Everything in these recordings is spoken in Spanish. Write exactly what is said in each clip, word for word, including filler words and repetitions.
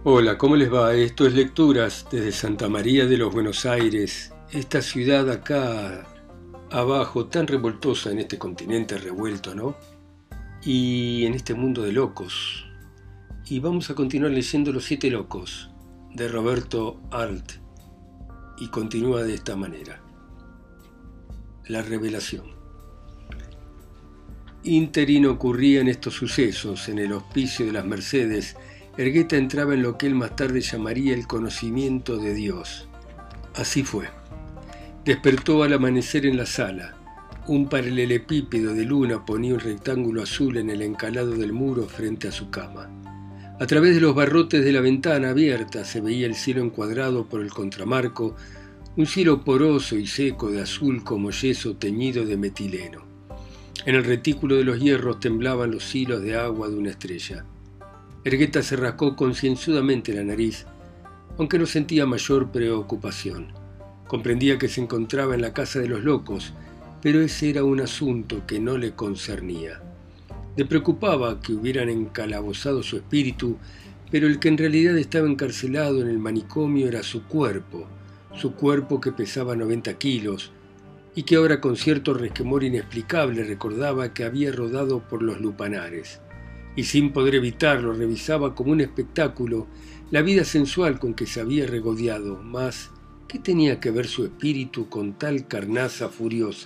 Hola, ¿cómo les va? Esto es Lecturas desde Santa María de los Buenos Aires, esta ciudad acá abajo, tan revoltosa en este continente revuelto, ¿no? Y en este mundo de locos. Y vamos a continuar leyendo Los Siete Locos, de Roberto Arlt, y continúa de esta manera. La revelación. Ínterin ocurrían estos sucesos en el hospicio de las Mercedes. Hergueta entraba en lo que él más tarde llamaría el conocimiento de Dios. Así fue. Despertó al amanecer en la sala. Un paralelepípedo de luna ponía un rectángulo azul en el encalado del muro frente a su cama. A través de los barrotes de la ventana abierta se veía el cielo encuadrado por el contramarco, un cielo poroso y seco de azul como yeso teñido de metileno. En el retículo de los hierros temblaban los hilos de agua de una estrella. Hergueta se rascó concienzudamente la nariz, aunque no sentía mayor preocupación. Comprendía que se encontraba en la casa de los locos, pero ese era un asunto que no le concernía. Le preocupaba que hubieran encalabozado su espíritu, pero el que en realidad estaba encarcelado en el manicomio era su cuerpo, su cuerpo que pesaba noventa kilos, y que ahora con cierto resquemor inexplicable recordaba que había rodado por los lupanares. Y sin poder evitarlo revisaba como un espectáculo la vida sensual con que se había regodeado, mas ¿qué tenía que ver su espíritu con tal carnaza furiosa?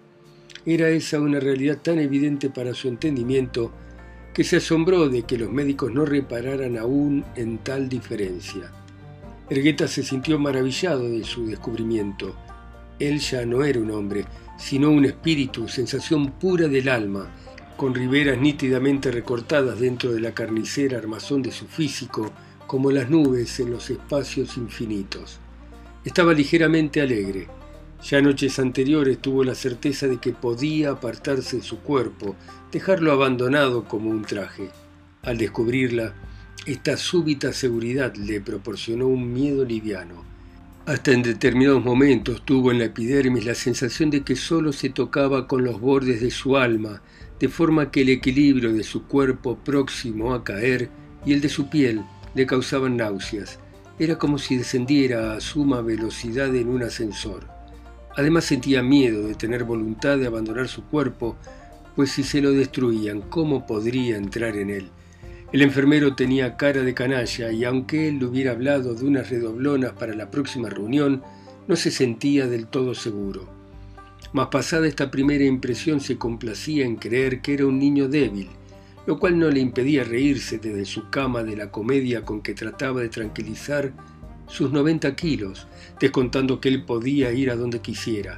Era esa una realidad tan evidente para su entendimiento que se asombró de que los médicos no repararan aún en tal diferencia. Hergueta se sintió maravillado de su descubrimiento. Él ya no era un hombre, sino un espíritu, sensación pura del alma, con riberas nítidamente recortadas dentro de la carnicera armazón de su físico, como las nubes en los espacios infinitos. Estaba ligeramente alegre. Ya noches anteriores tuvo la certeza de que podía apartarse de su cuerpo, dejarlo abandonado como un traje. Al descubrirla, esta súbita seguridad le proporcionó un miedo liviano. Hasta en determinados momentos tuvo en la epidermis la sensación de que solo se tocaba con los bordes de su alma, de forma que el equilibrio de su cuerpo próximo a caer y el de su piel le causaban náuseas. Era como si descendiera a suma velocidad en un ascensor. Además sentía miedo de tener voluntad de abandonar su cuerpo, pues si se lo destruían, ¿cómo podría entrar en él? El enfermero tenía cara de canalla y aunque él le hubiera hablado de unas redoblonas para la próxima reunión, no se sentía del todo seguro. Mas pasada esta primera impresión se complacía en creer que era un niño débil, lo cual no le impedía reírse desde su cama de la comedia con que trataba de tranquilizar sus noventa kilos, descontando que él podía ir a donde quisiera.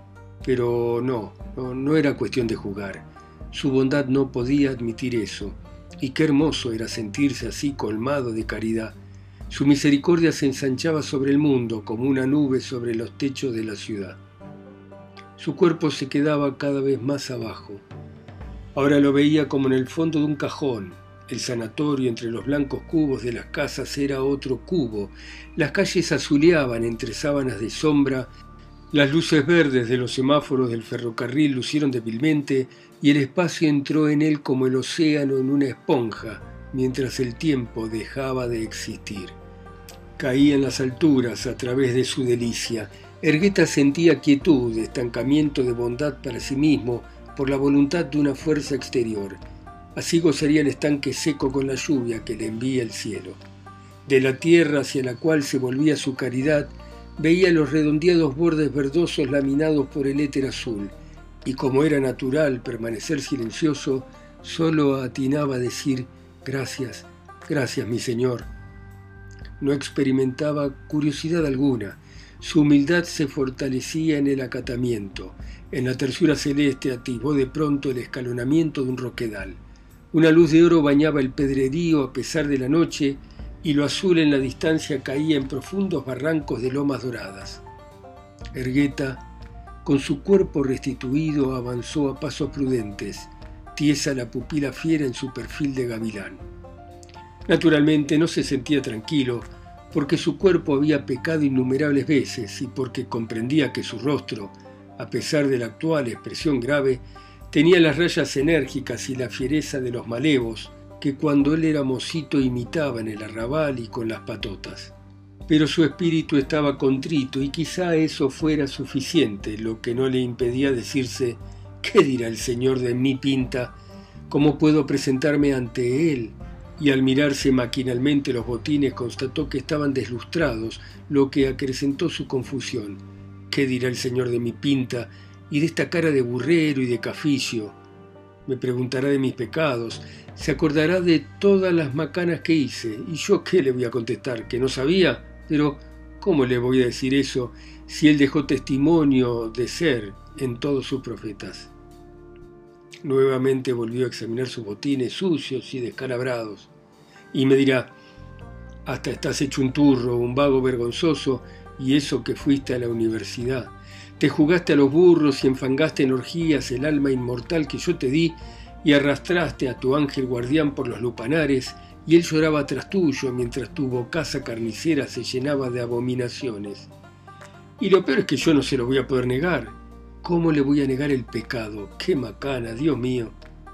Pero no, no, no era cuestión de jugar. Su bondad no podía admitir eso, y qué hermoso era sentirse así colmado de caridad. Su misericordia se ensanchaba sobre el mundo como una nube sobre los techos de la ciudad. Su cuerpo se quedaba cada vez más abajo. Ahora lo veía como en el fondo de un cajón. El sanatorio entre los blancos cubos de las casas era otro cubo. Las calles azuleaban entre sábanas de sombra. Las luces verdes de los semáforos del ferrocarril lucieron débilmente y el espacio entró en él como el océano en una esponja, mientras el tiempo dejaba de existir. Caía en las alturas a través de su delicia. Hergueta sentía quietud, estancamiento de bondad para sí mismo por la voluntad de una fuerza exterior. Así gozaría el estanque seco con la lluvia que le envía el cielo. De la tierra hacia la cual se volvía su caridad, veía los redondeados bordes verdosos laminados por el éter azul, y como era natural permanecer silencioso, solo atinaba a decir «Gracias, gracias, mi señor». No experimentaba curiosidad alguna. Su humildad se fortalecía en el acatamiento. En la tersura celeste atisbó de pronto el escalonamiento de un roquedal. Una luz de oro bañaba el pedrerío a pesar de la noche, y lo azul en la distancia caía en profundos barrancos de lomas doradas. Hergueta, con su cuerpo restituido, avanzó a pasos prudentes, tiesa la pupila fiera en su perfil de gavilán. Naturalmente no se sentía tranquilo, porque su cuerpo había pecado innumerables veces y porque comprendía que su rostro, a pesar de la actual expresión grave, tenía las rayas enérgicas y la fiereza de los malevos, que cuando él era mocito imitaba en el arrabal y con las patotas. Pero su espíritu estaba contrito y quizá eso fuera suficiente, lo que no le impedía decirse: ¿qué dirá el señor de mi pinta? ¿Cómo puedo presentarme ante él? Y al mirarse maquinalmente los botines constató que estaban deslustrados, lo que acrecentó su confusión. ¿Qué dirá el señor de mi pinta y de esta cara de burrero y de caficio? Me preguntará de mis pecados, se acordará de todas las macanas que hice, y yo ¿qué le voy a contestar? ¿Que no sabía? Pero ¿cómo le voy a decir eso si él dejó testimonio de ser en todos sus profetas? Nuevamente volvió a examinar sus botines sucios y descalabrados, y me dirá: hasta estás hecho un turro, un vago vergonzoso, y eso que fuiste a la universidad. Te jugaste a los burros y enfangaste en orgías el alma inmortal que yo te di, y arrastraste a tu ángel guardián por los lupanares, y él lloraba tras tuyo mientras tu bocaza carnicera se llenaba de abominaciones. Y lo peor es que yo no se lo voy a poder negar. ¿Cómo le voy a negar el pecado? ¡Qué macana, Dios mío!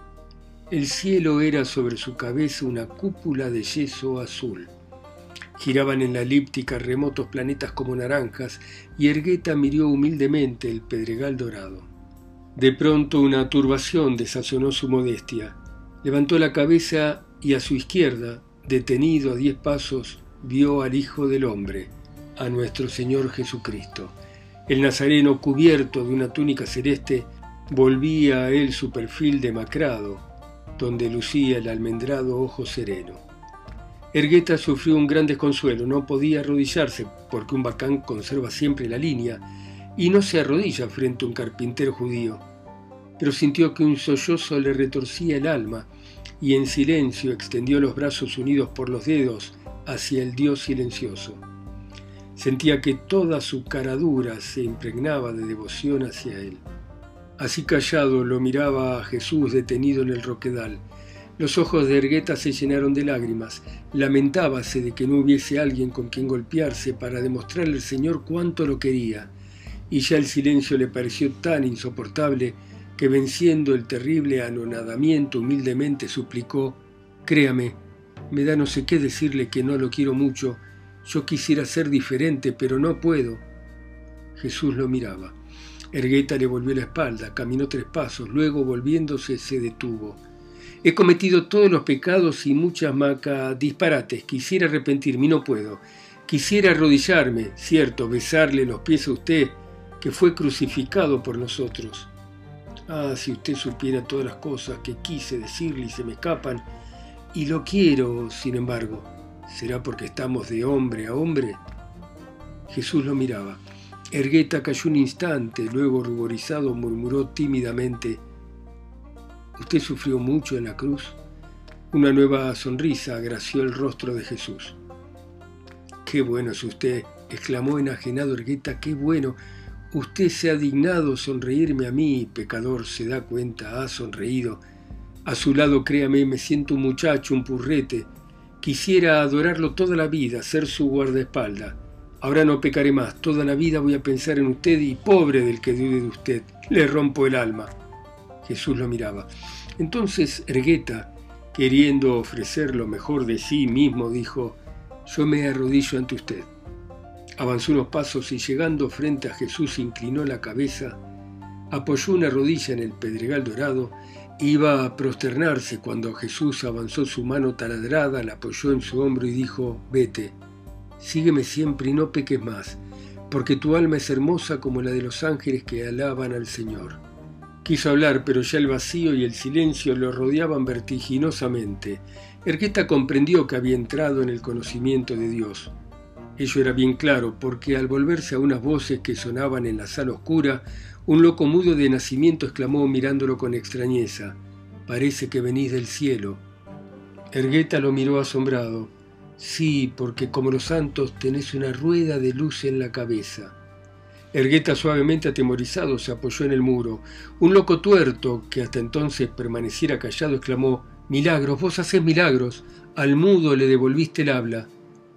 El cielo era sobre su cabeza una cúpula de yeso azul. Giraban en la elíptica remotos planetas como naranjas, y Ergueta miró humildemente el pedregal dorado. De pronto una turbación desazonó su modestia. Levantó la cabeza y a su izquierda, detenido a diez pasos, vio al Hijo del Hombre, a nuestro Señor Jesucristo. El nazareno, cubierto de una túnica celeste, volvía a él su perfil demacrado, donde lucía el almendrado ojo sereno. Ergueta sufrió un gran desconsuelo, no podía arrodillarse, porque un bacán conserva siempre la línea, y no se arrodilla frente a un carpintero judío. Pero sintió que un sollozo le retorcía el alma, y en silencio extendió los brazos unidos por los dedos hacia el Dios silencioso. Sentía que toda su cara dura se impregnaba de devoción hacia él. Así callado lo miraba a Jesús detenido en el roquedal. Los ojos de Ergueta se llenaron de lágrimas. Lamentábase de que no hubiese alguien con quien golpearse para demostrarle al Señor cuánto lo quería. Y ya el silencio le pareció tan insoportable que, venciendo el terrible anonadamiento, humildemente suplicó: «Créame, me da no sé qué decirle que no lo quiero mucho. Yo quisiera ser diferente, pero no puedo». Jesús lo miraba. Ergueta le volvió la espalda, caminó tres pasos, luego volviéndose se detuvo. «He cometido todos los pecados y muchas maca disparates. Quisiera arrepentirme y no puedo. Quisiera arrodillarme, cierto, besarle los pies a usted, que fue crucificado por nosotros. Ah, si usted supiera todas las cosas que quise decirle y se me escapan. Y lo quiero, sin embargo. ¿Será porque estamos de hombre a hombre?». Jesús lo miraba. Ergueta cayó un instante, luego, ruborizado, murmuró tímidamente: «¿Usted sufrió mucho en la cruz?». Una nueva sonrisa agració el rostro de Jesús. «Qué bueno es usted», exclamó enajenado Ergueta, «qué bueno. Usted se ha dignado sonreírme a mí, pecador, se da cuenta, ha sonreído. A su lado, créame, me siento un muchacho, un purrete. Quisiera adorarlo toda la vida, ser su guardaespaldas. Ahora no pecaré más, toda la vida voy a pensar en usted y pobre del que dude de usted, le rompo el alma». Jesús lo miraba. Entonces Ergueta, queriendo ofrecer lo mejor de sí mismo, dijo: «Yo me arrodillo ante usted». Avanzó unos pasos y, llegando frente a Jesús, inclinó la cabeza, apoyó una rodilla en el pedregal dorado, iba a prosternarse cuando Jesús avanzó su mano taladrada, la apoyó en su hombro y dijo: «Vete, sígueme siempre y no peques más, porque tu alma es hermosa como la de los ángeles que alaban al Señor». Quiso hablar, pero ya el vacío y el silencio lo rodeaban vertiginosamente. Ergueta comprendió que había entrado en el conocimiento de Dios. Ello era bien claro, porque al volverse a unas voces que sonaban en la sala oscura, un loco mudo de nacimiento exclamó mirándolo con extrañeza: «Parece que venís del cielo». Ergueta lo miró asombrado. «Sí, porque como los santos tenés una rueda de luz en la cabeza». Ergueta, suavemente atemorizado, se apoyó en el muro. Un loco tuerto, que hasta entonces permaneciera callado, exclamó: «Milagros, vos hacés milagros. Al mudo le devolviste el habla».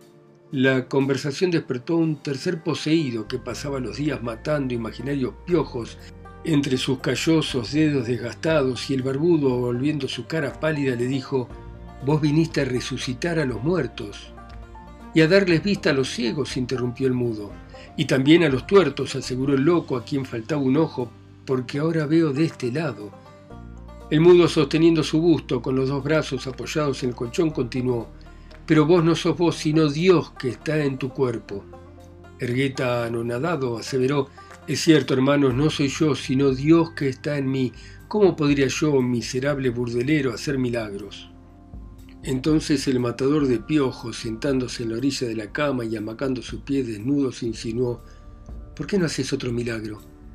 La conversación despertó a un tercer poseído que pasaba los días matando imaginarios piojos entre sus callosos dedos desgastados, y el barbudo, volviendo su cara pálida, le dijo: Vos viniste a resucitar a los muertos y a darles vista a los ciegos, interrumpió el mudo. Y también a los tuertos, aseguró el loco, a quien faltaba un ojo, porque ahora veo de este lado. El mudo, sosteniendo su busto con los dos brazos apoyados en el colchón, continuó: pero vos no sos vos, sino Dios que está en tu cuerpo. Ergueta, anonadado, aseveró: es cierto, hermanos, no soy yo, sino Dios que está en mí. ¿Cómo podría yo, miserable burdelero, hacer milagros? Entonces el matador de piojos, sentándose en la orilla de la cama y amacando sus pies desnudos, insinuó: ¿por qué no haces otro milagro?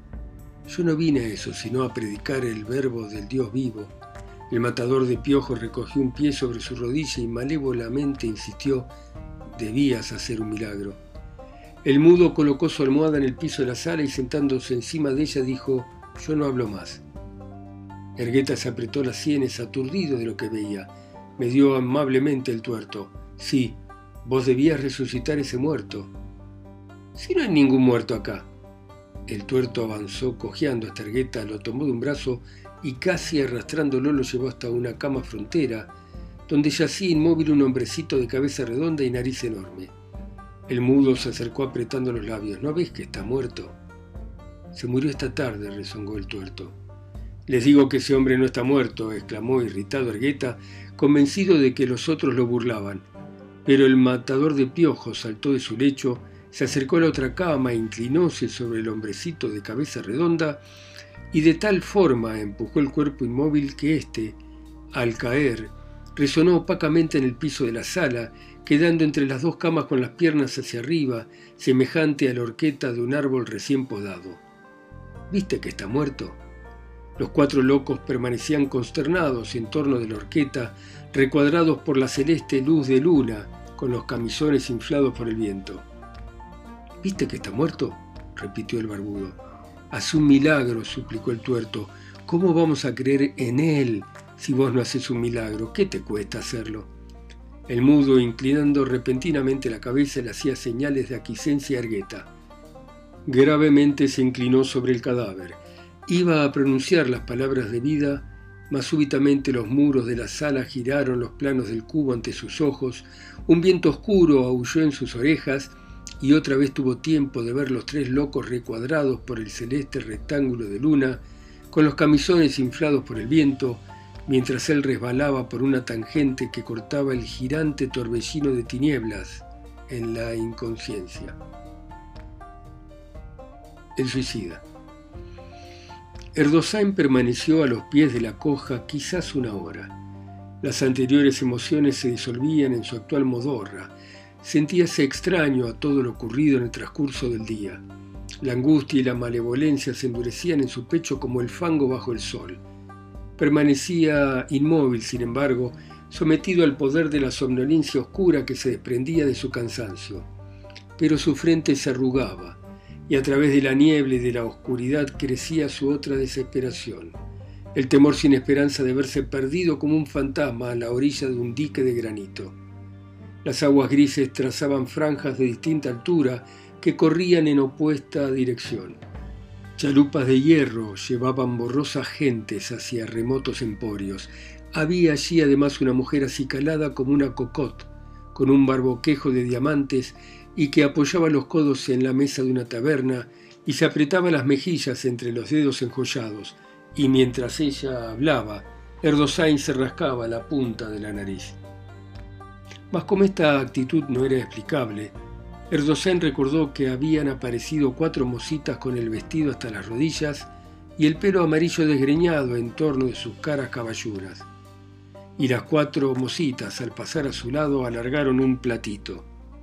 Yo no vine a eso, sino a predicar el verbo del Dios vivo. El matador de piojos recogió un pie sobre su rodilla y malévolamente insistió: debías hacer un milagro. El mudo colocó su almohada en el piso de la sala y, sentándose encima de ella, dijo: yo no hablo más. Ergueta se apretó las sienes, aturdido de lo que veía. Me dio amablemente el tuerto: sí, vos debías resucitar ese muerto. Si no hay ningún muerto acá. El tuerto avanzó cojeando hasta Ergueta, lo tomó de un brazo y casi arrastrándolo lo llevó hasta una cama frontera, donde yacía inmóvil un hombrecito de cabeza redonda y nariz enorme. El mudo se acercó apretando los labios. ¿No ves que está muerto? Se murió esta tarde, rezongó el tuerto. Les digo que ese hombre no está muerto, exclamó irritado Ergueta, convencido de que los otros lo burlaban. Pero el matador de piojos saltó de su lecho, se acercó a la otra cama, inclinóse sobre el hombrecito de cabeza redonda y de tal forma empujó el cuerpo inmóvil que éste, al caer, resonó opacamente en el piso de la sala, quedando entre las dos camas con las piernas hacia arriba, semejante a la horqueta de un árbol recién podado. ¿Viste que está muerto? Los cuatro locos permanecían consternados en torno de la horqueta, recuadrados por la celeste luz de luna, con los camisones inflados por el viento. ¿Viste que está muerto?, repitió el barbudo. Haz un milagro, suplicó el tuerto. ¿Cómo vamos a creer en él si vos no haces un milagro? ¿Qué te cuesta hacerlo? El mudo, inclinando repentinamente la cabeza, le hacía señales de aquiescencia a Ergueta. Gravemente se inclinó sobre el cadáver. Iba a pronunciar las palabras de vida, mas súbitamente los muros de la sala giraron los planos del cubo ante sus ojos, un viento oscuro aulló en sus orejas y otra vez tuvo tiempo de ver los tres locos recuadrados por el celeste rectángulo de luna, con los camisones inflados por el viento, mientras él resbalaba por una tangente que cortaba el girante torbellino de tinieblas en la inconsciencia. El suicida. Erdosain permaneció a los pies de la coja quizás una hora. Las anteriores emociones se disolvían en su actual modorra. Sentíase extraño a todo lo ocurrido en el transcurso del día. La angustia y la malevolencia se endurecían en su pecho como el fango bajo el sol. Permanecía inmóvil, sin embargo, sometido al poder de la somnolencia oscura que se desprendía de su cansancio. Pero su frente se arrugaba, y a través de la niebla y de la oscuridad crecía su otra desesperación, el temor sin esperanza de verse perdido como un fantasma a la orilla de un dique de granito. Las aguas grises trazaban franjas de distinta altura que corrían en opuesta dirección. Chalupas de hierro llevaban borrosas gentes hacia remotos emporios. Había allí además una mujer acicalada como una cocotte, con un barboquejo de diamantes y que apoyaba los codos en la mesa de una taberna y se apretaba las mejillas entre los dedos enjollados, y mientras ella hablaba, Erdosain se rascaba la punta de la nariz. Mas como esta actitud no era explicable, Erdosain recordó que habían aparecido cuatro mocitas con el vestido hasta las rodillas y el pelo amarillo desgreñado en torno de sus caras caballuras. Y las cuatro mocitas, al pasar a su lado, alargaron un platito.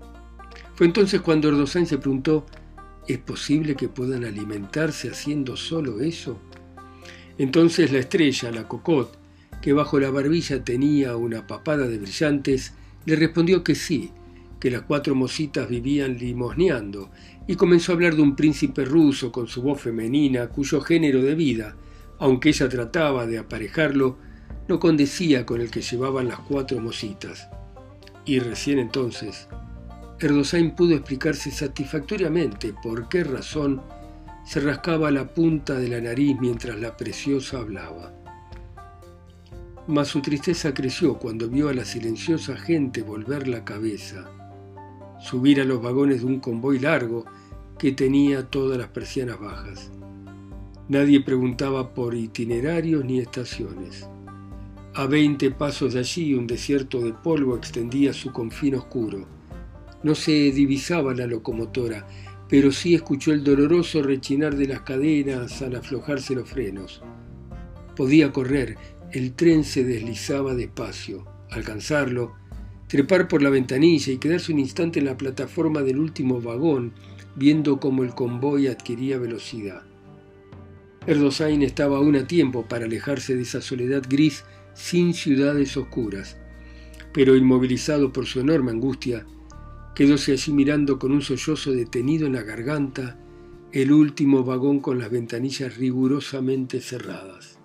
Fue entonces cuando Erdosain se preguntó: ¿es posible que puedan alimentarse haciendo solo eso? Entonces la estrella, la cocotte, que bajo la barbilla tenía una papada de brillantes, le respondió que sí, que las cuatro mocitas vivían limosneando, y comenzó a hablar de un príncipe ruso con su voz femenina, cuyo género de vida, aunque ella trataba de aparejarlo, no condecía con el que llevaban las cuatro mocitas. Y recién entonces, Erdosain pudo explicarse satisfactoriamente por qué razón se rascaba la punta de la nariz mientras la preciosa hablaba. mas su tristeza creció cuando vio a la silenciosa gente volver la cabeza, subir a los vagones de un convoy largo que tenía todas las persianas bajas. Nadie preguntaba por itinerarios ni estaciones. A veinte pasos de allí un desierto de polvo extendía su confín oscuro. No se divisaba la locomotora, pero sí escuchó el doloroso rechinar de las cadenas al aflojarse los frenos. Podía correr, el tren se deslizaba despacio. Alcanzarlo, trepar por la ventanilla y quedarse un instante en la plataforma del último vagón, viendo cómo el convoy adquiría velocidad. Erdosain estaba aún a tiempo para alejarse de esa soledad gris sin ciudades oscuras, pero inmovilizado por su enorme angustia, quedóse allí mirando con un sollozo detenido en la garganta el último vagón con las ventanillas rigurosamente cerradas.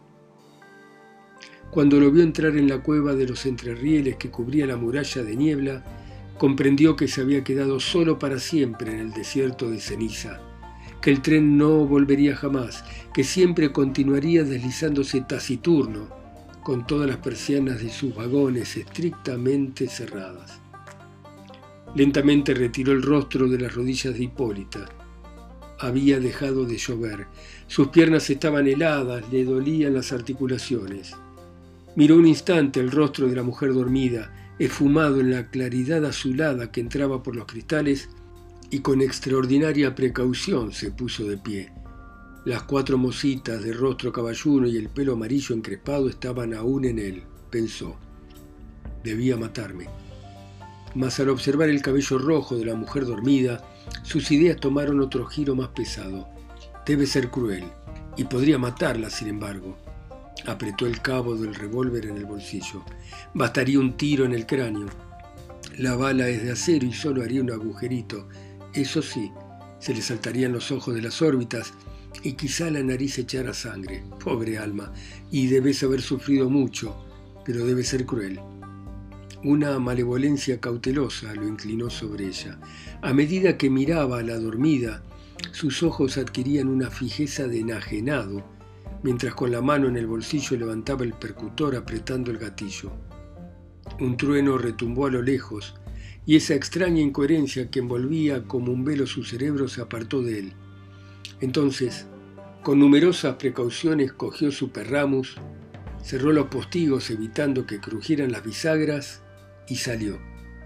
Cuando lo vio entrar en la cueva de los entrerrieles que cubría la muralla de niebla, comprendió que se había quedado solo para siempre en el desierto de ceniza, que el tren no volvería jamás, que siempre continuaría deslizándose taciturno, con todas las persianas de sus vagones estrictamente cerradas. Lentamente retiró el rostro de las rodillas de Hipólita. Había dejado de llover. Sus piernas estaban heladas, le dolían las articulaciones. Miró un instante el rostro de la mujer dormida, esfumado en la claridad azulada que entraba por los cristales, y con extraordinaria precaución se puso de pie. Las cuatro mocitas de rostro caballuno y el pelo amarillo encrespado estaban aún en él, pensó. Debía matarme. Mas al observar el cabello rojo de la mujer dormida, sus ideas tomaron otro giro más pesado. Debe ser cruel, y podría matarla, sin embargo. Apretó el cabo del revólver en el bolsillo. Bastaría un tiro en el cráneo. La bala es de acero y solo haría un agujerito. Eso sí, se le saltarían los ojos de las órbitas y quizá la nariz echara sangre. Pobre alma, y debes haber sufrido mucho, pero debe ser cruel. Una malevolencia cautelosa lo inclinó sobre ella. A medida que miraba a la dormida, sus ojos adquirían una fijeza de enajenado, mientras con la mano en el bolsillo levantaba el percutor apretando el gatillo. Un trueno retumbó a lo lejos, y esa extraña incoherencia que envolvía como un velo su cerebro se apartó de él. Entonces, con numerosas precauciones cogió su perramus, cerró los postigos evitando que crujieran las bisagras y salió.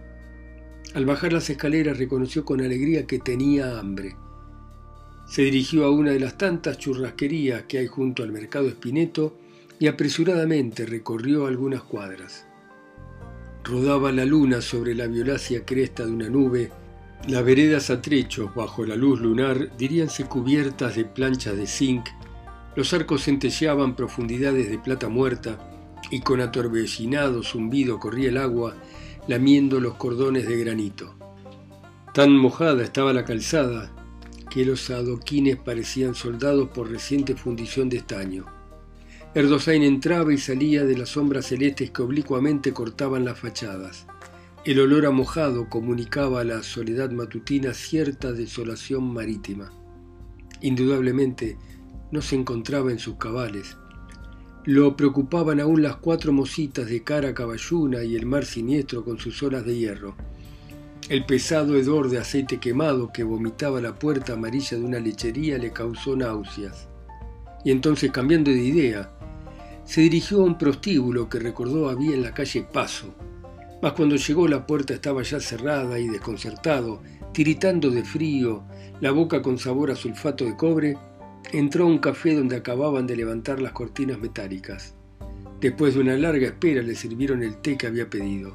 Al bajar las escaleras reconoció con alegría que tenía hambre. Se dirigió a una de las tantas churrasquerías que hay junto al mercado Espineto y apresuradamente recorrió algunas cuadras. Rodaba la luna sobre la violácea cresta de una nube. Las veredas a trechos bajo la luz lunar diríanse cubiertas de planchas de zinc. Los arcos centelleaban profundidades de plata muerta y con atorvellinado zumbido corría el agua lamiendo los cordones de granito. Tan mojada estaba la calzada que los adoquines parecían soldados por reciente fundición de estaño. Erdosain entraba y salía de las sombras celestes que oblicuamente cortaban las fachadas. El olor a mojado comunicaba a la soledad matutina cierta desolación marítima. Indudablemente no se encontraba en sus cabales. Lo preocupaban aún las cuatro mocitas de cara caballuna y el mar siniestro con sus olas de hierro. El pesado hedor de aceite quemado que vomitaba la puerta amarilla de una lechería le causó náuseas. Y entonces, cambiando de idea, se dirigió a un prostíbulo que recordó había en la calle Paso. Mas cuando llegó la puerta estaba ya cerrada y desconcertado, tiritando de frío, la boca con sabor a sulfato de cobre, entró a un café donde acababan de levantar las cortinas metálicas. Después de una larga espera le sirvieron el té que había pedido.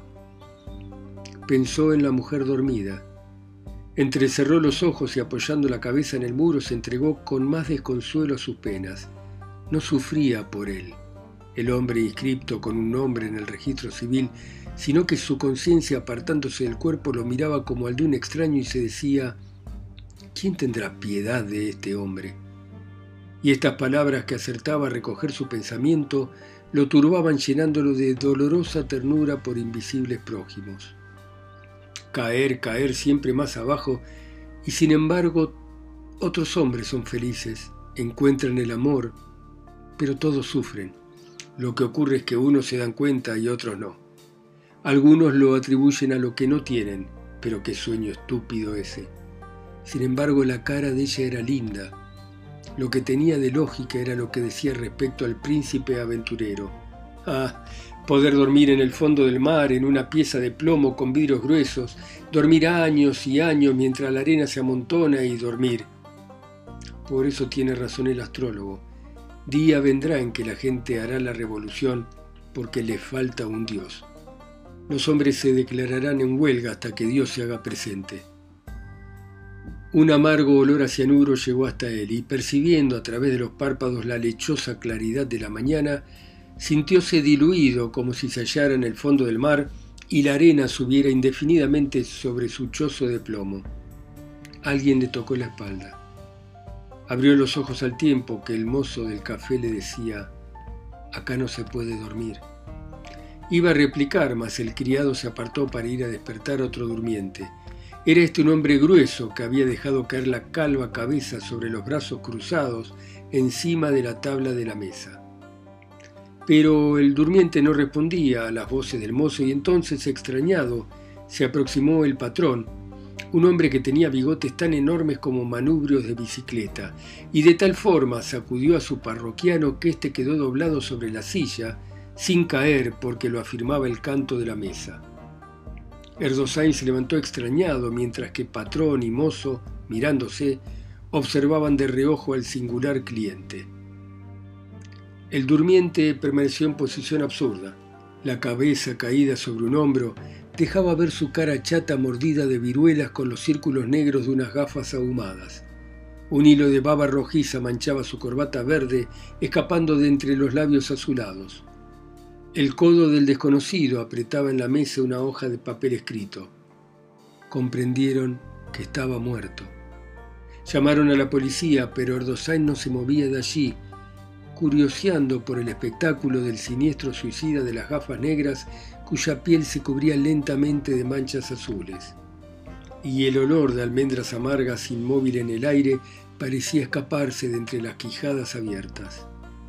Pensó en la mujer dormida. Entrecerró los ojos y apoyando la cabeza en el muro se entregó con más desconsuelo a sus penas. No sufría por él, el hombre inscripto con un nombre en el registro civil, sino que su conciencia apartándose del cuerpo lo miraba como al de un extraño y se decía: ¿quién tendrá piedad de este hombre? Y estas palabras que acertaba a recoger su pensamiento lo turbaban llenándolo de dolorosa ternura por invisibles prójimos. Caer, caer siempre más abajo, y sin embargo otros hombres son felices, encuentran el amor, pero todos sufren. Lo que ocurre es que unos se dan cuenta y otros no. Algunos lo atribuyen a lo que no tienen, pero qué sueño estúpido ese. Sin embargo, la cara de ella era linda. Lo que tenía de lógica era lo que decía respecto al príncipe aventurero. Ah, poder dormir en el fondo del mar, en una pieza de plomo con vidrios gruesos, dormir años y años mientras la arena se amontona y dormir. Por eso tiene razón el astrólogo. Día vendrá en que la gente hará la revolución porque le falta un Dios. Los hombres se declararán en huelga hasta que Dios se haga presente. Un amargo olor a cianuro llegó hasta él y, percibiendo a través de los párpados la lechosa claridad de la mañana, sintióse diluido como si se hallara en el fondo del mar y la arena subiera indefinidamente sobre su chozo de plomo. Alguien le tocó la espalda. Abrió los ojos al tiempo que el mozo del café le decía: «Acá no se puede dormir». Iba a replicar, mas el criado se apartó para ir a despertar a otro durmiente. Era este un hombre grueso que había dejado caer la calva cabeza sobre los brazos cruzados encima de la tabla de la mesa. Pero el durmiente no respondía a las voces del mozo y entonces, extrañado, se aproximó el patrón, un hombre que tenía bigotes tan enormes como manubrios de bicicleta, y de tal forma sacudió a su parroquiano que éste quedó doblado sobre la silla, sin caer porque lo afirmaba el canto de la mesa. Erdosain se levantó extrañado, mientras que patrón y mozo, mirándose, observaban de reojo al singular cliente. El durmiente permaneció en posición absurda. La cabeza caída sobre un hombro dejaba ver su cara chata mordida de viruelas con los círculos negros de unas gafas ahumadas. Un hilo de baba rojiza manchaba su corbata verde, escapando de entre los labios azulados. El codo del desconocido apretaba en la mesa una hoja de papel escrito. Comprendieron que estaba muerto. Llamaron a la policía, pero Erdosain no se movía de allí, curioseando por el espectáculo del siniestro suicida de las gafas negras cuya piel se cubría lentamente de manchas azules. Y el olor de almendras amargas inmóvil en el aire parecía escaparse de entre las quijadas abiertas.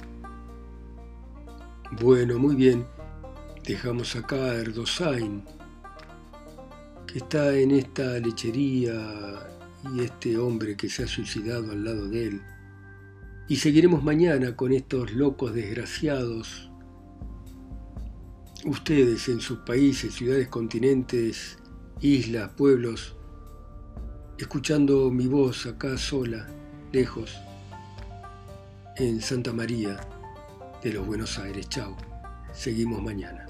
Bueno, muy bien, dejamos acá a Erdosain, que está en esta lechería, y este hombre que se ha suicidado al lado de él. Y seguiremos mañana con estos locos desgraciados. Ustedes en sus países, ciudades, continentes, islas, pueblos, escuchando mi voz acá sola, lejos, en Santa María de los Buenos Aires. Chao. Seguimos mañana.